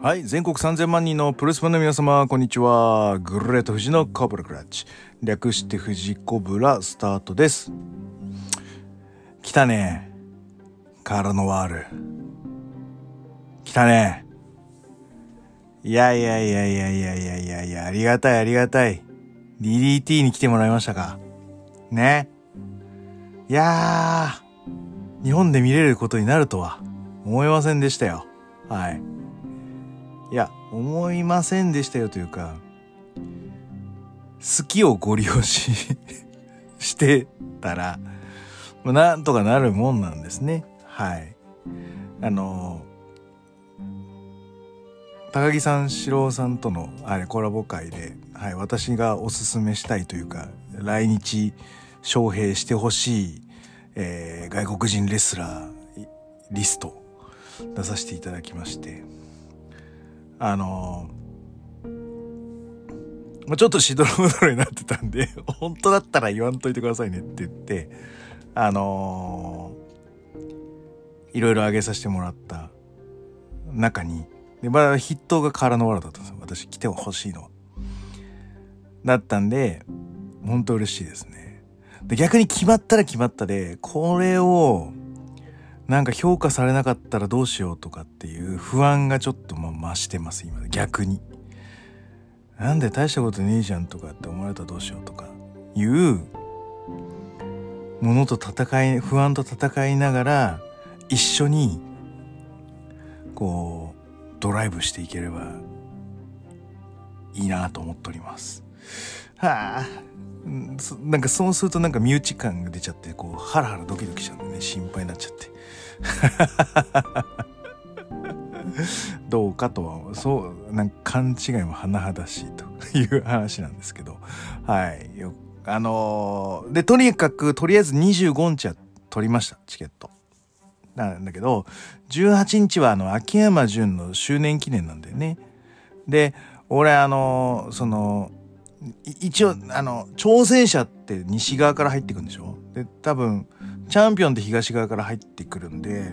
はい、全国3000万人のプロレスファンの皆様、こんにちは。グレート富士のコブラクラッチ。略して富士コブラスタートです。来たね。カーラノワール。来たね。いや、ありがたい。DDT に来てもらいましたか。ね。いやー、日本で見れることになるとは思いませんでしたよ。はい。いや、思いませんでしたよというか、好きをご利用してたら、なんとかなるもんなんですね。はい。高木さん、四郎さんとのコラボ会で、はい、私がおすすめしたいというか、来日招聘してほしい、外国人レスラーリスト出させていただきまして、ちょっとしどろもどろになってたんで、本当だったら言わんといてくださいねって言って、いろいろ上げさせてもらった中に、で、まあ、筆頭がカーラノワールだったんですよ。私来てほしいのは。だったんで、本当嬉しいですね。で、逆に決まったら決まったで、これを、なんか評価されなかったらどうしようとかっていう不安がちょっと増してます、今。逆に。なんで大したことねえじゃんとかって思われたらどうしようとかいうものと不安と戦いながら一緒にこうドライブしていければいいなと思っております。はあ、なんかそうするとなんか身内感が出ちゃってこうハラハラドキドキしちゃうんでね、心配になっちゃってどうかとは、そうなんか勘違いも甚だしいという話なんですけど、はい。でとりあえず25日は取りました、チケットなんだけど、18日は秋山純の周年記念なんだよね。で俺一応挑戦者って西側から入ってくるんでしょ。で多分チャンピオンって東側から入ってくるんで、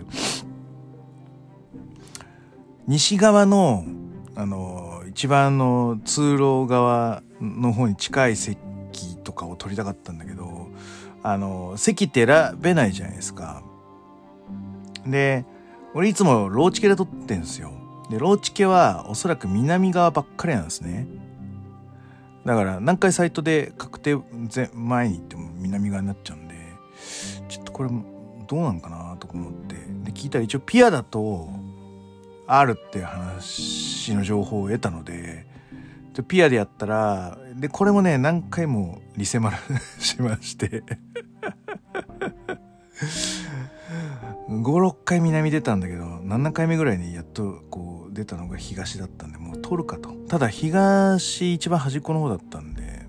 西側の一番通路側の方に近い席とかを取りたかったんだけど、席って選べないじゃないですか。で俺いつもローチケで取ってんですよ。でローチケはおそらく南側ばっかりなんですね。だから何回サイトで確定前に行っても南側になっちゃうんで、ちょっとこれどうなんかなと思って、で聞いたら一応ピアだとあるっていう話の情報を得たので、ピアでやったら、でこれもね何回もリセマラしまして5、6回南出たんだけど、7回目ぐらいにやっとこう出たのが東だったんで、もう取るかと。ただ東一番端っこの方だったんで、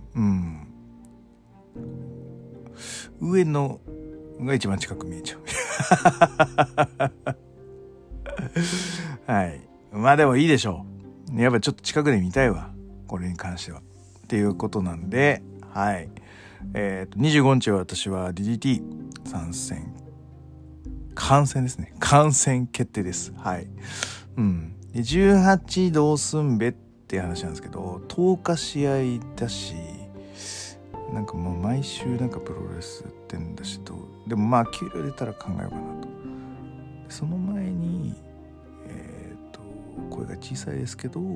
上のが一番近く見えちゃうはい。まあでもいいでしょう。やっぱちょっと近くで見たいわ、これに関しては。っていうことなんで、はい。25日は私は DDT 参戦。観戦ですね。観戦決定です。はい。で18どうすんべって話なんですけど、10日試合だし、なんかもう毎週なんかプロレスってんだしと、でもまあ給料出たら考えようかなと。その前に、声が小さいですけど、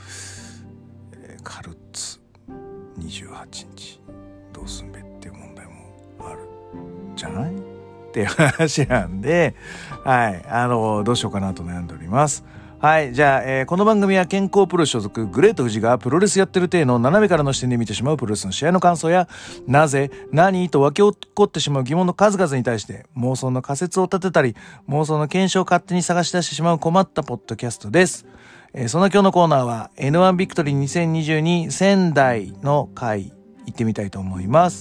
カルツ28日どうすんべっていう問題もあるじゃないっていう話なんで、はい、どうしようかなと悩んでおります。はい、じゃあ、この番組は健康プロ所属グレート富士がプロレスやってる体の斜めからの視点で見てしまうプロレスの試合の感想や、なぜ何と湧き起こってしまう疑問の数々に対して妄想の仮説を立てたり、妄想の検証を勝手に探し出してしまう困ったポッドキャストです。その今日のコーナーは N1 ビクトリー2022仙台の回行ってみたいと思います。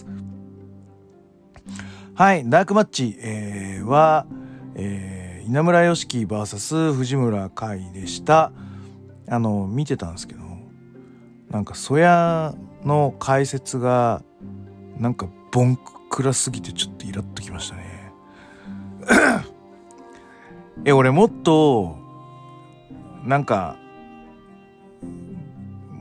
はい、ダークマッチ、は、稲村良樹 vs 藤村海でした。見てたんですけど、なんか曽谷の解説がなんかボンクラすぎてちょっとイラっときましたね俺もっとなんか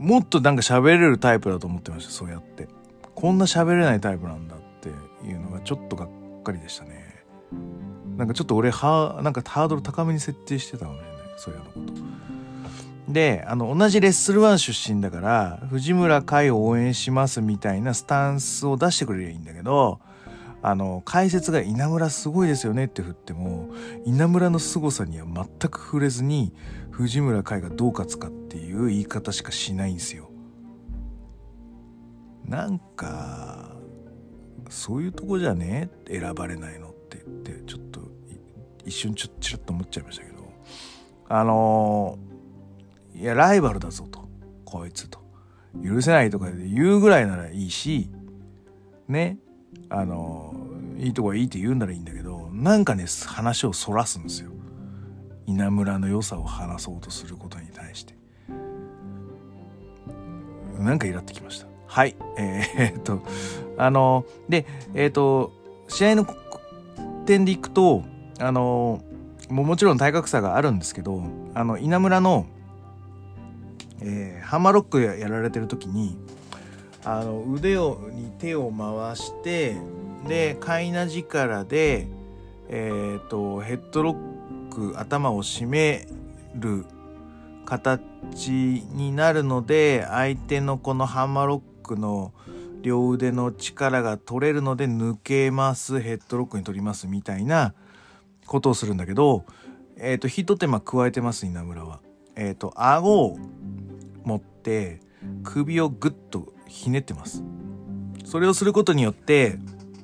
もっとなんか喋れるタイプだと思ってました。そうやってこんな喋れないタイプなんだっていうのがちょっとがっかりでしたね。なんかちょっと俺なんかハードル高めに設定してたかもしれない、そういうようなことで。同じレッスル1出身だから藤村海を応援しますみたいなスタンスを出してくれりゃいいんだけど、解説が稲村すごいですよねって振っても稲村の凄さには全く触れずに藤村海がどう勝つかっていう言い方しかしないんですよ。なんかそういうとこじゃね選ばれないのって言ってちょっと一瞬ちらっと思っちゃいましたけど、いやライバルだぞとこいつと許せないとかで言うぐらいならいいしね、いいとこはいいって言うんならいいんだけど、なんかね話をそらすんですよ。稲村の良さを話そうとすることに対してなんかイラってきました。はい。で試合の点でいくともちろん体格差があるんですけど、稲村の、ハンマーロックやられてる時に腕に手を回してでかいな力でヘッドロック頭を締める形になるので相手のこのハンマーロックの両腕の力が取れるので抜けますヘッドロックに取りますみたいなことをするんだけど、一手間加えてます稲村は。顎を持って首をグッとひねってます。それをすることによって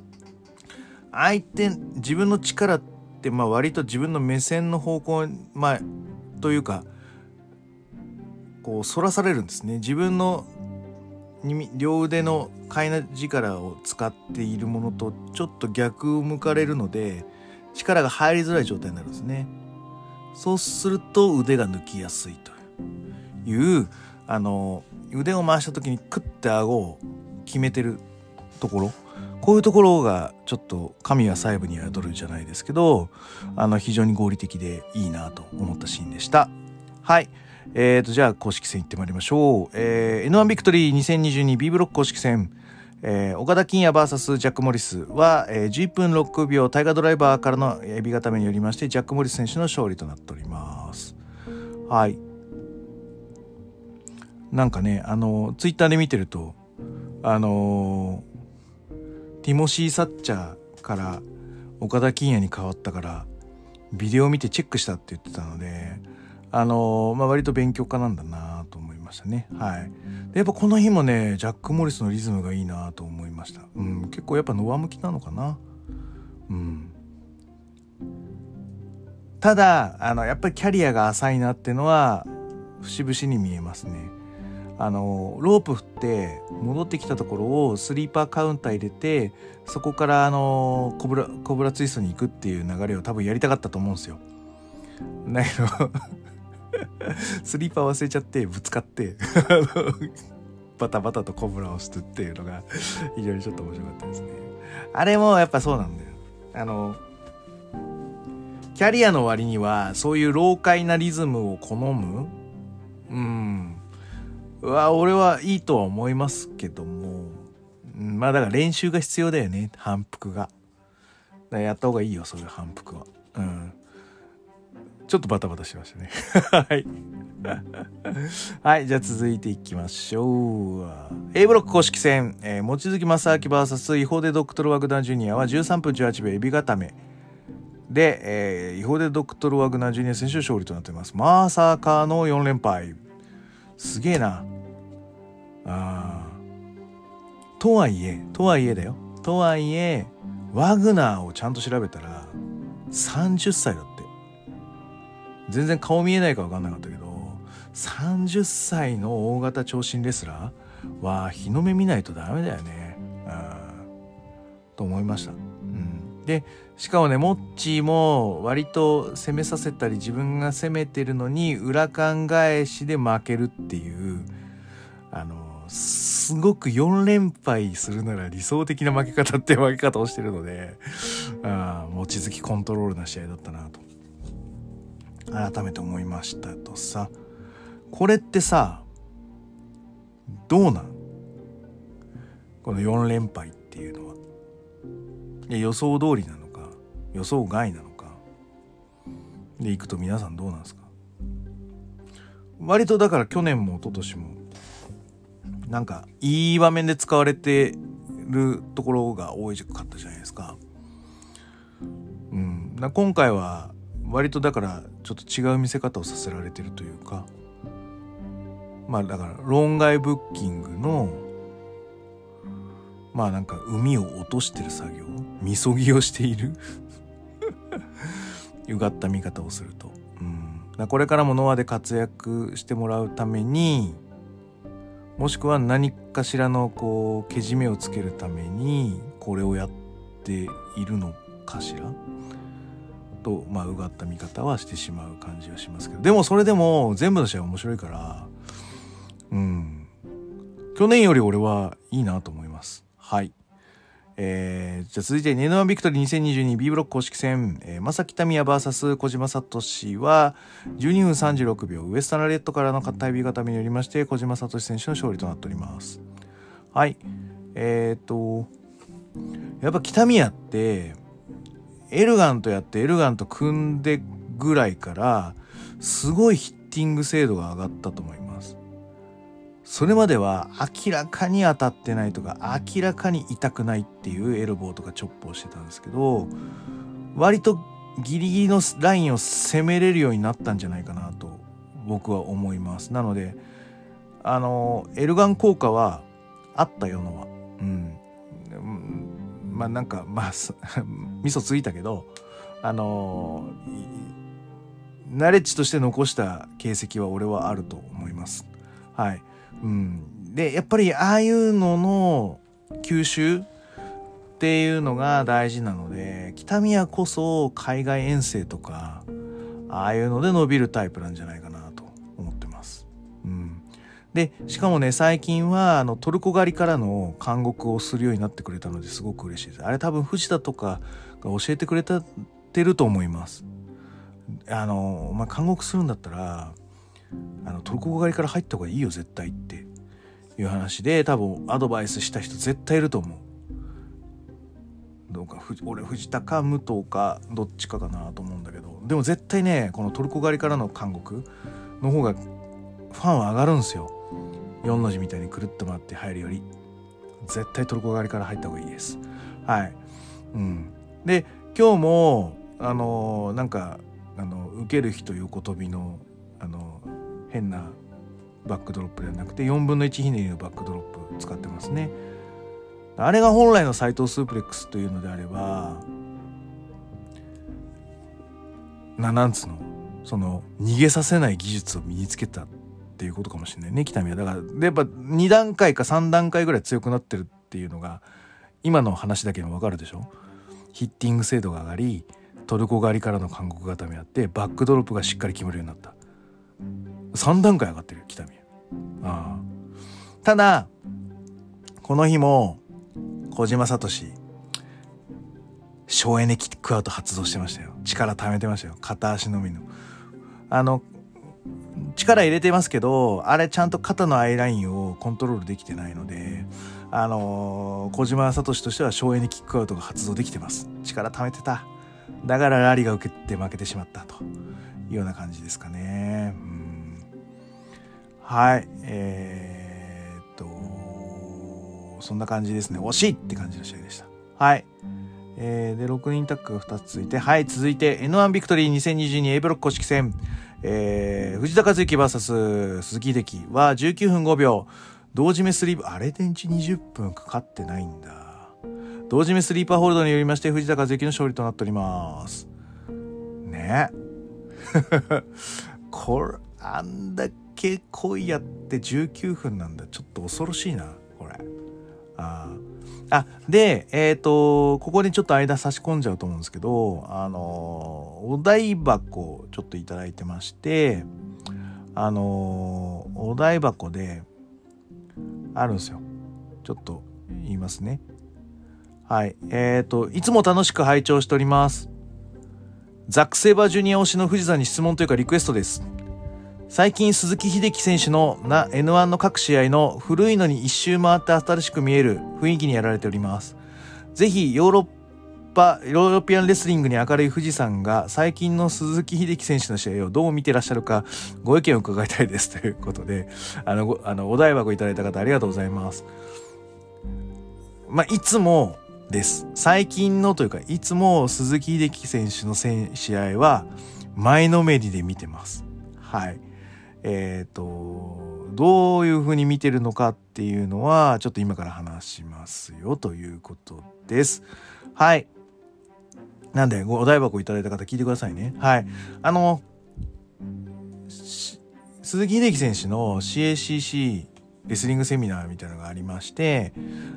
自分の力って割と自分の目線の方向というかこう反らされるんですね。自分の両腕のかいな力を使っているものとちょっと逆を向かれるので力が入りづらい状態になるんですね。そうすると腕が抜きやすいという腕を回した時にクッて顎を決めてるところ、こういうところがちょっと神は細部に宿るじゃないですけど非常に合理的でいいなと思ったシーンでした。はい。じゃあ公式戦行ってまいりましょう。N1 ビクトリー 2022B ブロック公式戦、岡田金也 VS ジャック・モリスは、11分6秒タイガードライバーからのエビ固めによりましてジャック・モリス選手の勝利となっております。はい。なんかねツイッターで見てるとティモシー・サッチャーから岡田金也に変わったからビデオを見てチェックしたって言ってたので割と勉強家なんだなと思いましたね。はい。でやっぱこの日もねジャック・モリスのリズムがいいなと思いました。結構やっぱ上向きなのかな。ただやっぱりキャリアが浅いなってのは節々に見えますね。ロープ振って戻ってきたところをスリーパーカウンター入れてそこからコブラツイストに行くっていう流れを多分やりたかったと思うんですよ。だけどスリーパー忘れちゃってぶつかってバタバタとコブラをしてっていうのが非常にちょっと面白かったですね。あれもやっぱそうなんだよ。キャリアの割にはそういう老快なリズムを好む俺はいいとは思いますけども、だから練習が必要だよね。反復がだからやった方がいいよそういう反復は。ちょっとバタバタしましたねはいはい、じゃあ続いていきましょう。 A ブロック公式戦、望月正明 VS 違法でドクトル・ワグナージュニアは13分18秒エビ固めで、違法でドクトル・ワグナージュニア選手勝利となっています。まさかの4連敗すげえな。とはいえだよ。とはいえワグナーをちゃんと調べたら30歳だって。全然顔見えないか分かんなかったけど30歳の大型長身レスラーは日の目見ないとダメだよねと思いました。でしかもねモッチーも割と攻めさせたり自分が攻めてるのに裏考えしで負けるっていうすごく4連敗するなら理想的な負け方って負け方をしてるので望月コントロールな試合だったなと改めて思いましたとさ。これってさどうなんこの4連敗っていうのは。予想通りなのか予想外なのかでいくと皆さんどうなんですか？割とだから去年も一昨年もなんかいい場面で使われてるところが多かったじゃないですか。今回は割とだからちょっと違う見せ方をさせられてるというか、まあだから論外ブッキングのまあなんか海を落としてる作業、みそぎをしているうがった見方をすると、これからもノアで活躍してもらうために、もしくは何かしらのこうけじめをつけるためにこれをやっているのかしらと、うがった見方はしてしまう感じはしますけど、でもそれでも全部の試合面白いから、去年より俺はいいなと思います。はい。じゃあ続いてN1ビクトリー 2022B ブロック公式戦、正木民也 VS 小島聡は12分36秒ウエスタンラレットからの片指固めによりまして小島聡選手の勝利となっております。はい。やっぱ北宮ってエルガンとやってエルガンと組んでぐらいからすごいヒッティング精度が上がったと思います。それまでは明らかに当たってないとか明らかに痛くないっていうエルボーとかチョップをしてたんですけど、割とギリギリのラインを攻めれるようになったんじゃないかなと僕は思います。なのでエルガン効果はあったよのはなんか味噌ついたけどナレッジとして残した形跡は俺はあると思います。はい。でやっぱりああいうのの吸収っていうのが大事なので、北宮こそ海外遠征とかああいうので伸びるタイプなんじゃないかなと思ってます。でしかもね、最近はトルコ狩りからの監獄をするようになってくれたのですごく嬉しいです。あれ多分藤田とかが教えてくれてると思います。監獄するんだったらトルコ狩りから入った方がいいよ絶対っていう話で、多分アドバイスした人絶対いると思う。どうか俺藤田か武藤かどっちかかなと思うんだけど、でも絶対ねこのトルコ狩りからの監獄の方がファンは上がるんですよ。4の字みたいにくるっと回って入るより絶対トルコ狩りから入った方がいいです。はい。で今日も受ける人横跳びの変なバックドロップではなくて4分の1ひねりのバックドロップ使ってますね。あれが本来の斉藤スープレックスというのであればなんつうのその逃げさせない技術を身につけたっていうことかもしれないね、北宮。だからやっぱ2段階か3段階ぐらい強くなってるっていうのが今の話だけでも分かるでしょ。ヒッティング精度が上がり、トルコ狩りからの韓国固めあってバックドロップがしっかり決まるようになった。3段階上がってる北宮。ただこの日も小島聡省エネキックアウト発動してましたよ。力溜めてましたよ。片足のみの力入れてますけど、あれちゃんと肩のアイラインをコントロールできてないので小島聡としては省エネキックアウトが発動できてます。力溜めてた。だからラリーが受けて負けてしまったというような感じですかね。はい。そんな感じですね。惜しいって感じの試合でした。はい。で、6人タッグが2つ続いて、はい、続いて N1 ビクトリー 2022A ブロック公式戦、藤田和幸 VS 鈴木秀樹は19分5秒、同時目スリーパー、あれで20分かかってないんだ。同時目スリーパーホールドによりまして藤田和幸の勝利となっております。ね。これ、あんだけ濃いやって19分なんだ。ちょっと恐ろしいな、これ。で、ここにちょっと間差し込んじゃうと思うんですけど、お題箱ちょっといただいてまして、お題箱であるんですよ。ちょっと言いますね。はい。いつも楽しく拝聴しております。ザック・セイバージュニア推しの藤田に質問というかリクエストです。 最近鈴木秀樹選手のN1 の各試合の古いのに一周回って新しく見える雰囲気にやられております。ぜひヨーロピアンレスリングに明るい富士山が最近の鈴木秀樹選手の試合をどう見てらっしゃるかご意見を伺いたいですということで、お題箱いただいた方ありがとうございます。いつもです。最近のというか、いつも鈴木秀樹選手の試合は前のめりで見てます。はい。どういう風に見てるのかっていうのはちょっと今から話しますよということです。はい。なんでお題箱いただいた方聞いてくださいね。はい。鈴木秀樹選手の CACC レスリングセミナーみたいなのがありまして、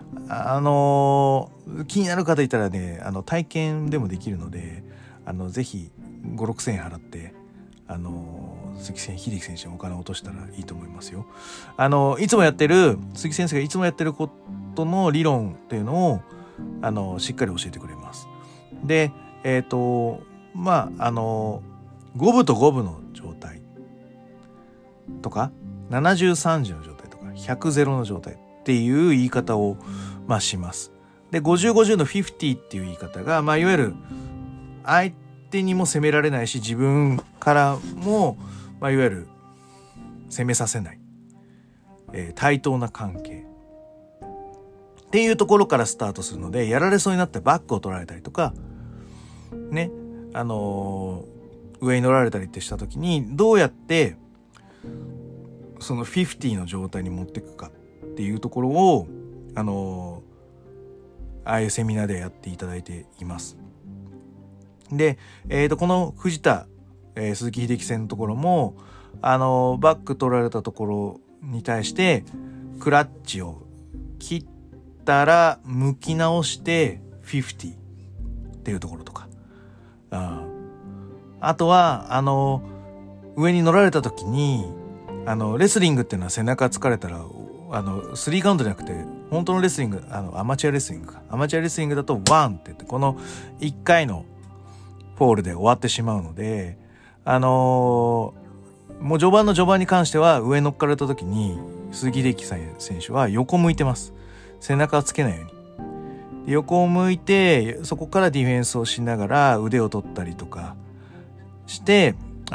気になる方いたらね、体験でもできるので、ぜひ5、6千円払って、鈴木秀樹選手にお金を落としたらいいと思いますよ。いつもやってる、鈴木先生がいつもやってることの理論っていうのを、しっかり教えてくれます。で、5分と5分の状態とか、70、30の状態とか、100、0の状態っていう言い方を、します。で、50、50の50っていう言い方が、いわゆる、相手にも責められないし、自分からも、いわゆる、責めさせない。対等な関係。っていうところからスタートするので、やられそうになってバックを取られたりとか、ね、上に乗られたりってした時に、どうやって、その50の状態に持っていくかっていうところを、ああいうセミナーでやっていただいています。で、この藤田、鈴木秀樹戦のところも、バック取られたところに対して、クラッチを切ったら向き直して50っていうところとか。あとは、上に乗られた時に、レスリングっていうのは背中疲れたら、3カウントじゃなくて、本当のレスリング、アマチュアレスリングか。アマチュアレスリングだと1って言って、この1回のフォールで終わってしまうので、もう序盤の序盤に関しては、上に乗っかられた時に、鈴木秀樹選手は横向いてます。背中をつけないように。で、横を向いて、そこからディフェンスをしながら腕を取ったりとかして、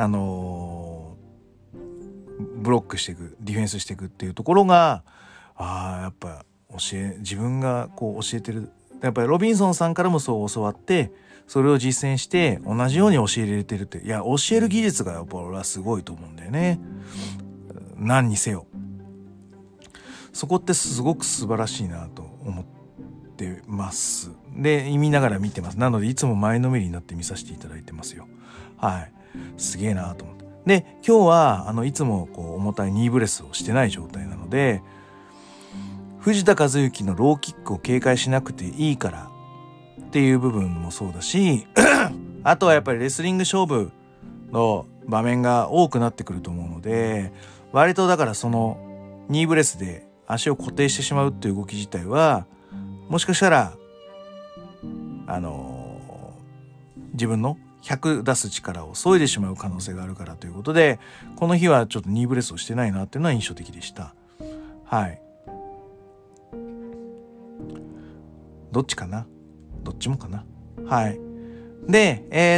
ブロックしていく、ディフェンスしていくっていうところが、やっぱ自分がこう教えてる。やっぱりロビンソンさんからもそう教わって、それを実践して同じように教えられてるって。いや、教える技術がやっぱ俺はすごいと思うんだよね。何にせよ。そこってすごく素晴らしいなと思ってます。で、見ながら見てます。なので、いつも前のめりになって見させていただいてますよ。はい。すげえなと思って。で、今日は、いつもこう、重たいニーブレスをしてない状態なので、藤田和幸のローキックを警戒しなくていいからっていう部分もそうだし、あとはやっぱりレスリング勝負の場面が多くなってくると思うので、割とだからそのニーブレスで足を固定してしまうっていう動き自体は、もしかしたら、自分の100出す力を削いでしまう可能性があるからということで、この日はちょっとニーブレスをしてないなっていうのは印象的でした。はい。どっちかな？どっちもかな？はい。で、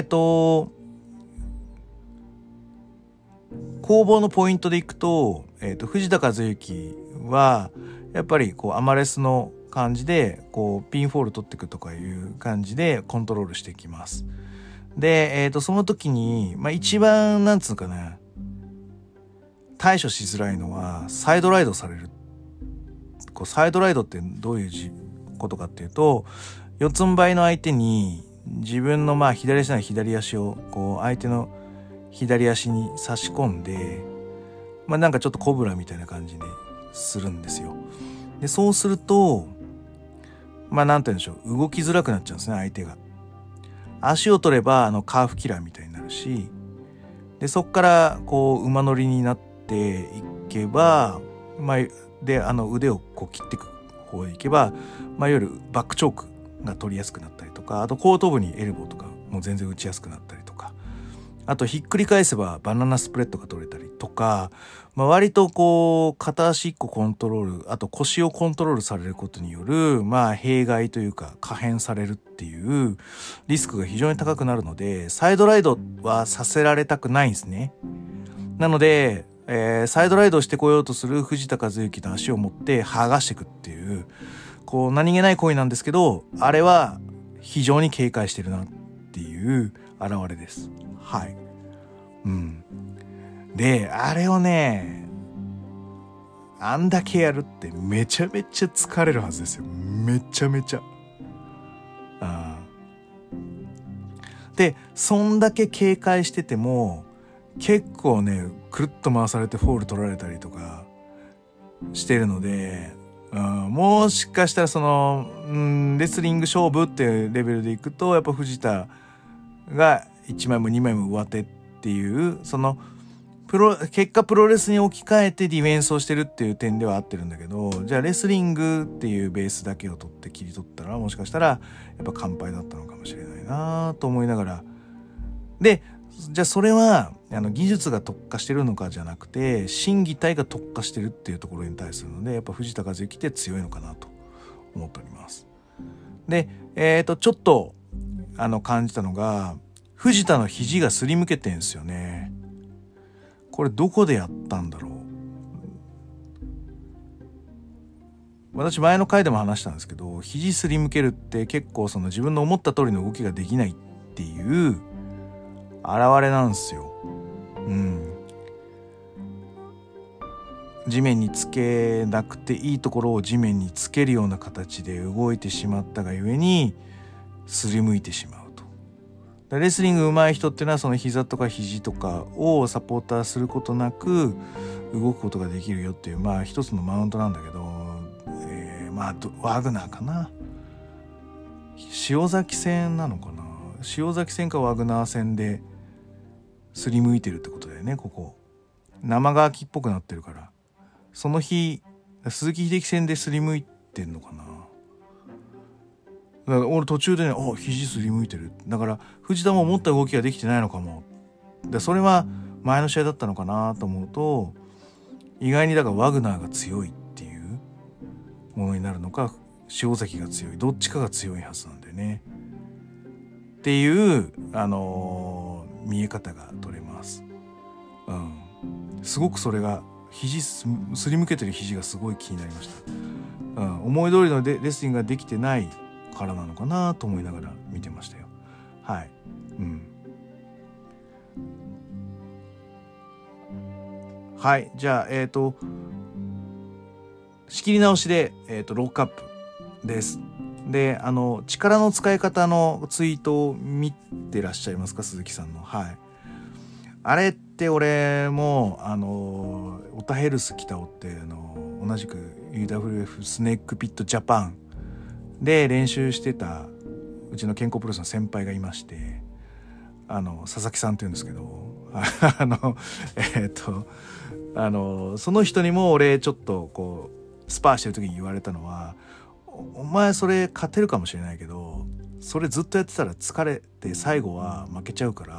攻防のポイントでいくと、藤田和幸は、やっぱりこうアマレスの感じで、こうピンフォール取っていくとかいう感じでコントロールしていきます。で、その時に、一番、なんつうかな、対処しづらいのは、サイドライドされる。こうサイドライドってどういうことかっていうと、四つん這いの相手に、自分の左足なら左足を、こう、相手の左足に差し込んで、なんかちょっとコブラみたいな感じでするんですよ。で、そうすると、なんて言うんでしょう、動きづらくなっちゃうんですね、相手が。足を取ればカーフキラーみたいになるし、でそっからこう馬乗りになっていけば、で腕をこう切っていく方へ行けば、いわゆるバックチョークが取りやすくなったりとか、あと後頭部にエルボーとかも全然打ちやすくなったりとか、 あとひっくり返せばバナナスプレッドが取れたりとか、割とこう片足一個コントロール、あと腰をコントロールされることによる弊害というか可変されるっていうリスクが非常に高くなるので、サイドライドはさせられたくないんですね。なので、サイドライドをしてこようとする藤田和幸の足を持って剥がしていくっていう、こう何気ない行為なんですけど、あれは非常に警戒してるなっていう現れです。はい。で、あれをね、あんだけやるってめちゃめちゃ疲れるはずですよ。めちゃめちゃ。で、そんだけ警戒してても、結構ね、くるっと回されてフォール取られたりとかしてるので、もしかしたらレスリング勝負っていうレベルでいくと、やっぱ藤田が1枚も2枚も上手っていう、結果プロレスに置き換えてディフェンスをしてるっていう点では合ってるんだけど、じゃあレスリングっていうベースだけを取って切り取ったら、もしかしたらやっぱ完敗だったのかもしれないなと思いながら。で、じゃあそれは技術が特化してるのかじゃなくて、心技体が特化してるっていうところに対するので、やっぱ藤田和幸って強いのかなと思っております。で、ちょっと感じたのが、藤田の肘がすりむけてんすよね。これどこでやったんだろう。私前の回でも話したんですけど、肘すりむけるって結構自分の思った通りの動きができないっていう現れなんですよ。地面につけなくていいところを地面につけるような形で動いてしまったがゆえにすりむいてしまうと。レスリング上手い人っていうのはその膝とか肘とかをサポーターすることなく動くことができるよっていう一つのマウントなんだけど、ワグナーかな、塩崎戦なのかな、塩崎戦かワグナー戦ですりむいてるってことだよね。ここ生乾きっぽくなってるから、その日鈴木秀樹戦ですりむいてんのかな。だから俺途中でね、肘すりむいてる。だから藤田も思った動きができてないのかも。でそれは前の試合だったのかなと思うと、意外にだからワグナーが強いっていうものになるのか、塩崎が強い、どっちかが強いはずなんだよねっていう見え方が取れます。すごくそれが肘すりむけてる肘がすごい気になりました。思い通りのレスリングができてないからなのかなと思いながら見てましたよ。はい。はい。じゃあ仕切り直しでロックアップです。で力の使い方のツイートを見てらっしゃいますか、鈴木さんの。はい。あれって俺もオタヘルス北尾って同じく UWF スネークピットジャパンで練習してたうちの健康プロレスの先輩がいまして、佐々木さんって言うんですけどその人にも俺ちょっとこうスパーしてる時に言われたのは、お前それ勝てるかもしれないけど、それずっとやってたら疲れて最後は負けちゃうから、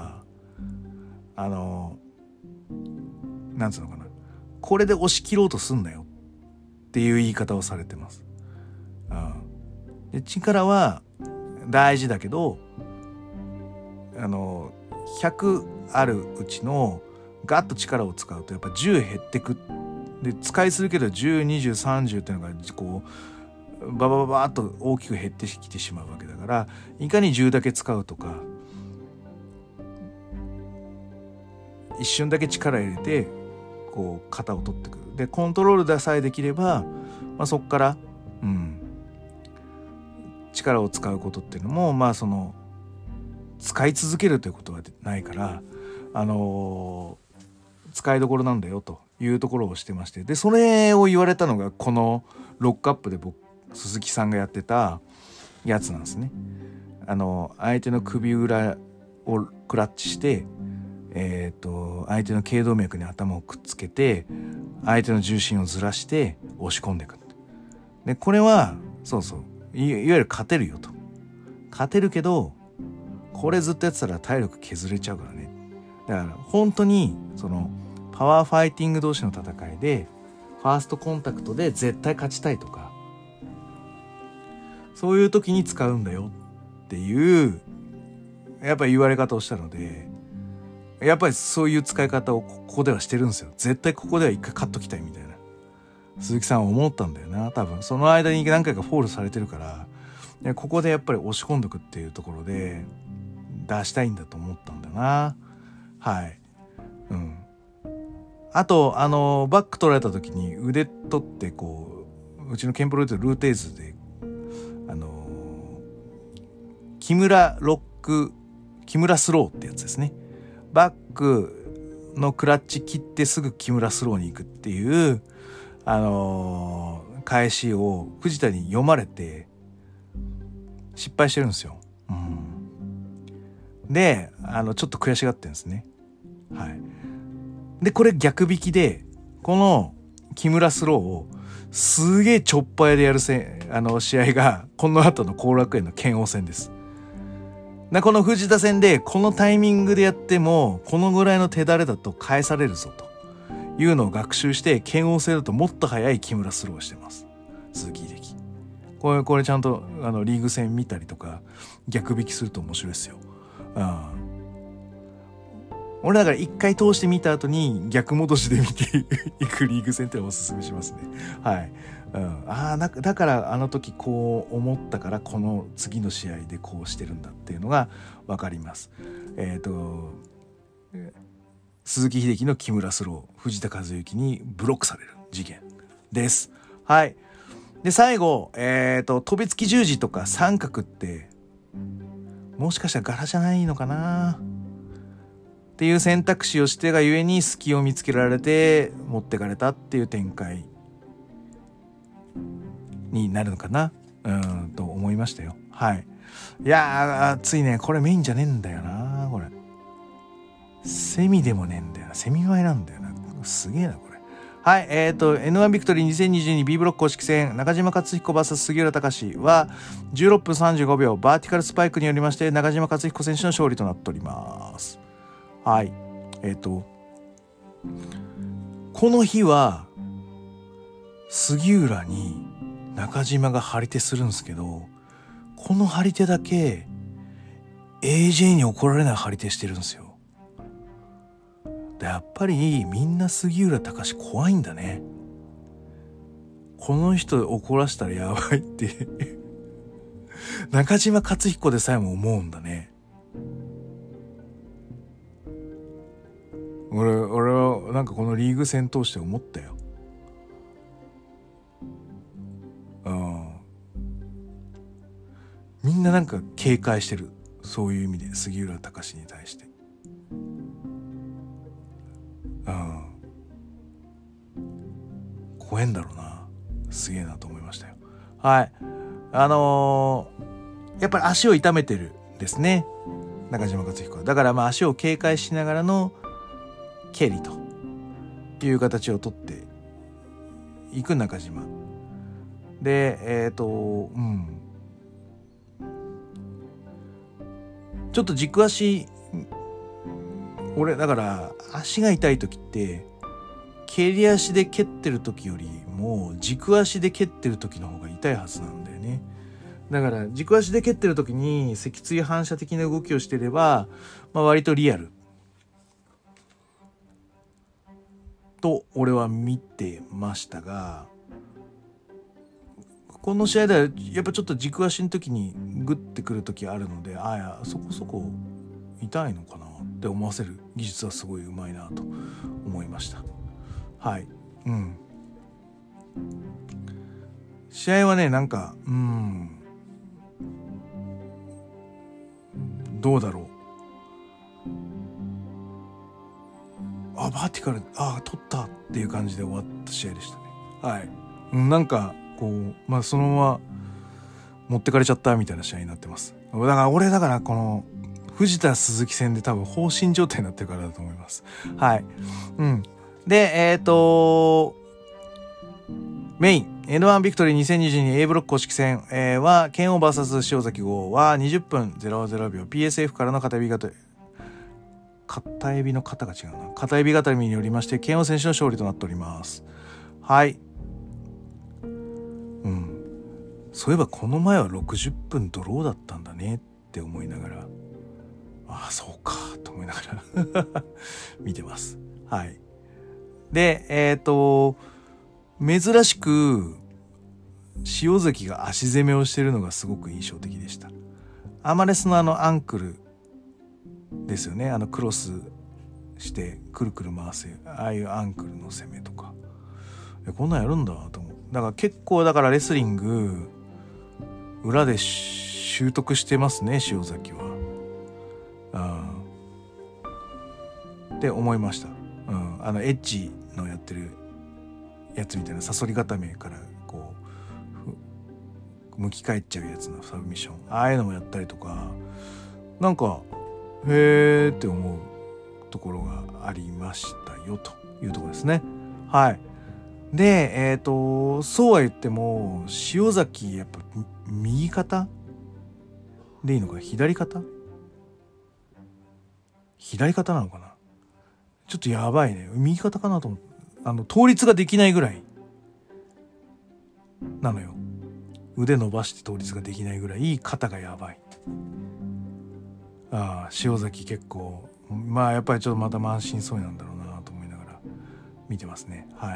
なんつうのかな、これで押し切ろうとすんなよっていう言い方をされてます。で力は大事だけど、100あるうちのガッと力を使うとやっぱ10減ってく。で使い続けると10、20、30っていうのがこうババババーっと大きく減ってきてしまうわけだから、いかに10だけ使うとか、一瞬だけ力入れてこう型を取ってくる。でコントロールでさえできれば、そこから力を使うことっていうのも使い続けるということはないから、使いどころなんだよというところをしてまして、でそれを言われたのがこのロックアップで鈴木さんがやってたやつなんですね。相手の首裏をクラッチして、相手の頸動脈に頭をくっつけて相手の重心をずらして押し込んでいく。でこれはいわゆる勝てるよと。勝てるけどこれずっとやってたら体力削れちゃうからね。 だから本当にそのパワーファイティング同士の戦いでファーストコンタクトで絶対勝ちたいとか、そういう時に使うんだよっていうやっぱり言われ方をしたので、やっぱりそういう使い方をここではしてるんですよ。絶対ここでは一回勝っときたいみたいな、鈴木さんは思ったんだよな。多分その間に何回かフォールされてるから、ここでやっぱり押し込んどくっていうところで出したいんだと思ったんだな。はい。うん。あとバック取られた時に腕取ってこう、うちのケンプロイドルーテーズで木村スローってやつですね。バックのクラッチ切ってすぐ木村スローに行くっていう返しを藤田に読まれて失敗してるんですよ。うん、でちょっと悔しがってるんですね。はい。でこれ逆引きでこの木村スローをすげえちょっぱいでやる試合がこの後の後楽園の剣王戦です。この藤田戦でこのタイミングでやってもこのぐらいの手だれだと返されるぞというのを学習して、剣王戦だともっと速い木村スローをしてます、鈴木秀樹。これちゃんとリーグ戦見たりとか逆引きすると面白いですよ。俺だから一回通して見た後に逆戻しで見ていくリーグ戦ってのをおすすめしますね。はい。だからあの時こう思ったからこの次の試合でこうしてるんだっていうのが分かります。鈴木秀樹の木村スロー、藤田和幸にブロックされる事件です。はい。で最後飛びつき十字とか三角ってもしかしたら柄じゃないのかなっていう選択肢をしてがゆえに隙を見つけられて持ってかれたっていう展開になるのかなと思いましたよ。はい。いやーついね、これメインじゃねえんだよな。これセミでもねえんだよな。セミ前なんだよな。すげえなこれ。はい。N1 ビクトリー 2022B ブロック公式戦、中島克彦 VS 杉浦隆は16分35秒バーティカルスパイクによりまして中島克彦選手の勝利となっております。はい。この日は杉浦に中島が張り手するんですけど、この張り手だけ AJ に怒られない張り手してるんですよ。やっぱりみんな杉浦隆怖いんだね。この人怒らせたらやばいって中島克彦でさえも思うんだね。俺はなんかこのリーグ戦通して思ったよ。みんななんか警戒してる。そういう意味で杉浦隆に対して。怖えんだろうな。すげえなと思いましたよ。はい。やっぱり足を痛めてるんですね、中島克彦は。だから足を警戒しながらの蹴りという形をとっていく中島で、ちょっと軸足、俺だから足が痛い時って蹴り足で蹴ってる時よりも軸足で蹴ってる時の方が痛いはずなんだよね。だから軸足で蹴ってる時に脊椎反射的な動きをしてれば、割とリアルと俺は見てましたが、この試合ではやっぱちょっと軸足の時にグッてくる時あるので、そこそこ痛いのかなって思わせる技術はすごいうまいなと思いました。はい。試合はね、なんかどうだろう。バーティカル取ったっていう感じで終わった試合でしたね。はい。なんかこうそのまま持ってかれちゃったみたいな試合になってます。だからこの藤田鈴木戦で多分放心状態になってるからだと思います。はい。でメイン N1 ビクトリー 2022A ブロック公式戦、は剣王 VS 塩崎号は20分00秒 PSF からの片指型片エビの型が違うな。片エビ固めによりまして、剣王選手の勝利となっております。はい。そういえばこの前は60分ドローだったんだねって思いながら、ああ、そうか、と思いながら見てます。はい。で、珍しく、塩関が足攻めをしているのがすごく印象的でした。アマレスのアンクルですよね。クロスしてくるくる回せ、ああいうアンクルの攻めとか。こんなんやるんだと思う。だから結構レスリング、裏で習得してますね、塩崎は。って思いました。エッジのやってるやつみたいなサソリ固めからこう向き返っちゃうやつのサブミッション、ああいうのもやったりとか、なんかへーって思うところがありましたよというところですね。はい。で、そうは言っても塩崎やっぱ右肩でいいのか、左肩なのかな、ちょっとやばいね。右肩かなと思って、倒立ができないぐらいなのよ。腕伸ばして倒立ができないぐらい肩がやばい。塩崎結構、まあやっぱりちょっとまた満身創痍なんだろうなと思いながら見てますね。はい。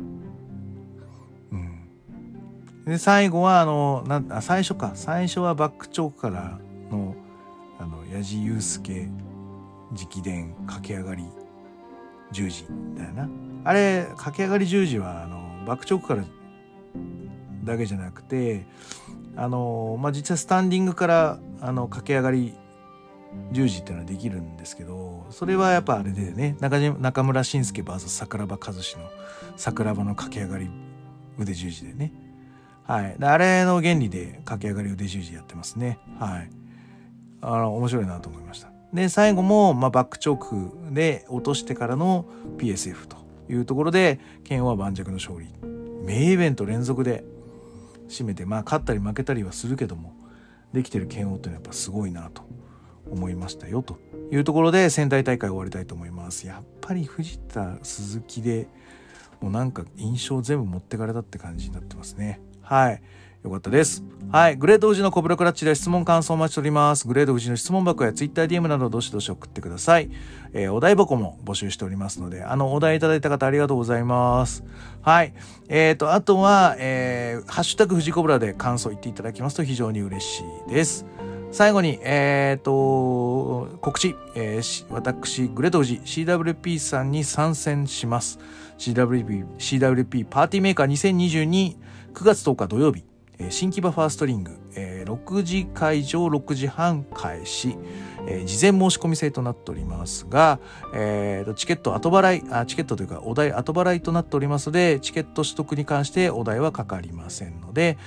で最後は最初はバックチョークからの矢地祐介直伝駆け上がり十字だよな。あれ駆け上がり十字はバックチョークからだけじゃなくて実はスタンディングから駆け上がり十字っていうのはできるんですけど、それはやっぱあれでね、中村慎介 VS 桜庭和志の桜庭の駆け上がり腕十字でね。はい。あれの原理で駆け上がり腕十字やってますね。はい。面白いなと思いました。で、最後も、バックチョークで落としてからの PSF というところで、剣王は盤石の勝利。名イベント連続で締めて、勝ったり負けたりはするけども、できてる剣王っていうのはやっぱすごいなと思いましたよというところで、仙台大会終わりたいと思います。やっぱり藤田鈴木で、もうなんか印象全部持ってかれたって感じになってますね。はい。よかったです。はい。グレート富士のコブラクラッチで質問感想お待ちしております。グレート富士の質問箱や TwitterDM などどしどし送ってください。お題箱も募集しておりますので、お題いただいた方ありがとうございます。はい。あとは、ハッシュタグ富士コブラで感想言っていただきますと非常に嬉しいです。最後に、告知、私、グレート富士 CWP さんに参戦します。CWP パーティーメーカー2022 9月10日土曜日、新木場ファーストリング、6時会場6時半開始、事前申し込み制となっておりますが、チケット後払い、チケットというかお題後払いとなっておりますので、チケット取得に関してお題はかかりませんので、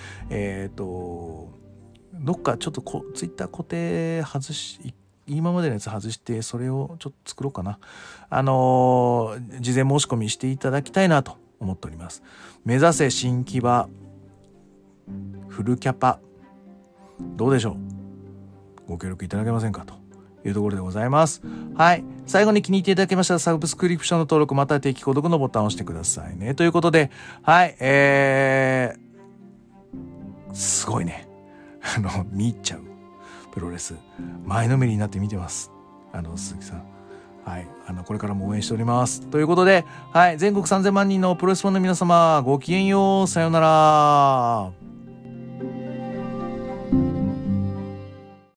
どっかちょっとツイッター固定今までのやつ外してそれをちょっと作ろうかな。事前申し込みしていただきたいなと思っております。目指せ新木場フルキャパ、どうでしょう。ご協力いただけませんかというところでございます。はい。最後に気に入っていただけましたらサブスクリプションの登録または定期購読のボタンを押してくださいね。ということで、はい。すごいね。見入っちゃう。プロレス。前のめりになって見てます。鈴木さん。はい。これからも応援しております。ということで、はい。全国3000万人のプロレスファンの皆様、ごきげんよう。さようなら。